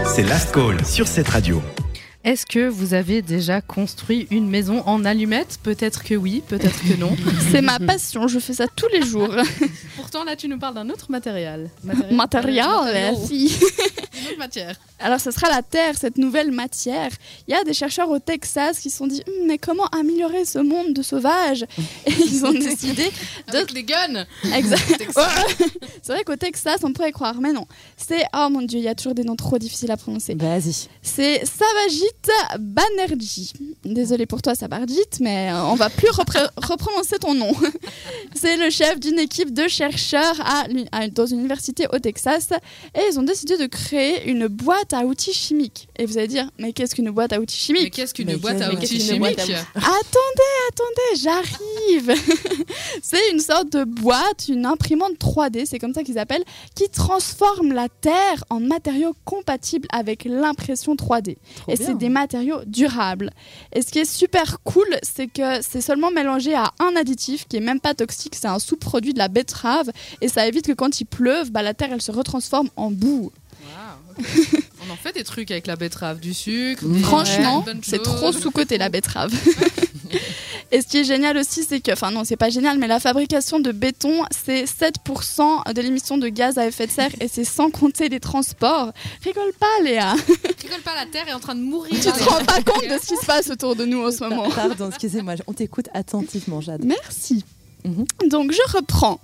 c'est Last Call sur cette radio. Est-ce que vous avez déjà construit une maison en allumettes ? Peut-être que oui, peut-être que non. C'est ma passion, je fais ça tous les jours. Pourtant, là, tu nous parles d'un autre matériel. Matériel, si. Une autre matière. Alors, ce sera la terre, cette nouvelle matière. Il y a des chercheurs au Texas qui se sont dit mais comment améliorer ce monde de sauvages ? Et ils ont décidé Avec les guns. Exact. C'est vrai qu'au Texas, on pourrait croire, mais non. C'est, oh mon Dieu, il y a toujours des noms trop difficiles à prononcer. Vas-y. C'est Savajit Banerjee. Désolée pour toi, Savajit, mais on va plus reprononcer ton nom. C'est le chef d'une équipe de chercheurs dans une université au Texas, et ils ont décidé de créer une boîte à outils chimiques. Et vous allez dire, mais qu'est-ce qu'une boîte à outils chimiques ? Mais qu'est-ce qu'une boîte à outils chimiques ? Attendez, j'arrive. C'est une sorte de boîte, une imprimante 3D, c'est comme ça qu'ils appellent, qui transforme la terre en matériaux compatibles avec l'impression 3D. Et c'est des matériaux durables. Et ce qui est super cool, c'est que c'est seulement mélangé à un additif qui est même pas toxique, c'est un sous-produit de la betterave, et ça évite que quand il pleuve, la terre elle se retransforme en boue. Wow, okay. On en fait des trucs avec la betterave, du sucre. Franchement, c'est trop sous-coté la betterave. Et ce qui est génial aussi, c'est que, enfin non, c'est pas génial, mais la fabrication de béton, c'est 7% de l'émission de gaz à effet de serre, et c'est sans compter les transports. Rigole pas, Léa. Rigole pas, la terre est en train de mourir. Tu te rends pas compte de ce qui se passe autour de nous en ce moment. Pardon, excusez-moi, on t'écoute attentivement, Jade. Merci. Donc je reprends.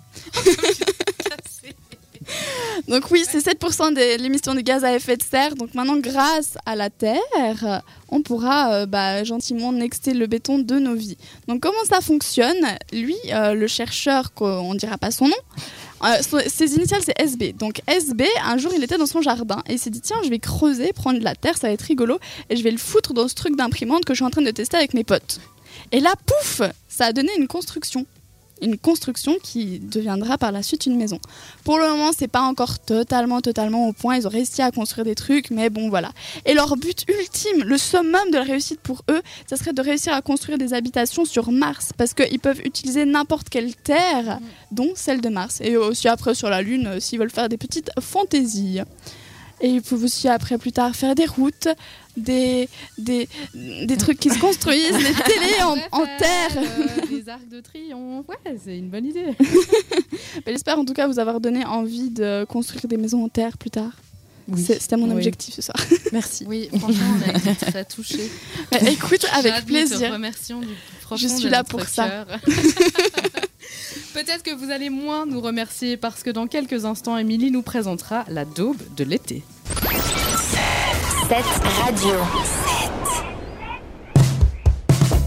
Donc oui, c'est 7% de l'émission de gaz à effet de serre. Donc maintenant, grâce à la Terre, on pourra gentiment nexter le béton de nos vies. Donc comment ça fonctionne ? Lui, le chercheur, on ne dira pas son nom, ses initiales c'est SB. Donc SB, un jour il était dans son jardin et il s'est dit tiens, je vais creuser, prendre de la terre, ça va être rigolo, et je vais le foutre dans ce truc d'imprimante que je suis en train de tester avec mes potes. Et là, pouf, ça a donné une construction. Une construction qui deviendra par la suite une maison. Pour le moment, c'est pas encore totalement au point. Ils ont réussi à construire des trucs, mais bon, voilà. Et leur but ultime, le summum de la réussite pour eux, ça serait de réussir à construire des habitations sur Mars, parce qu'ils peuvent utiliser n'importe quelle terre, dont celle de Mars. Et aussi après sur la Lune, s'ils veulent faire des petites fantaisies. Et ils peuvent aussi après, plus tard, faire des routes, des trucs qui se construisent, des télés en terre. Des arcs de triomphe. Ouais, c'est une bonne idée. J'espère en tout cas vous avoir donné envie de construire des maisons en terre plus tard. Oui. C'était mon objectif ce soir. Merci. Oui, franchement, on a été très touchés. Écoute, avec plaisir. Nous te remercions du profond Je suis de là notre pour cœur. ça. Peut-être que vous allez moins nous remercier parce que dans quelques instants, Émilie nous présentera la daube de l'été. Cette radio.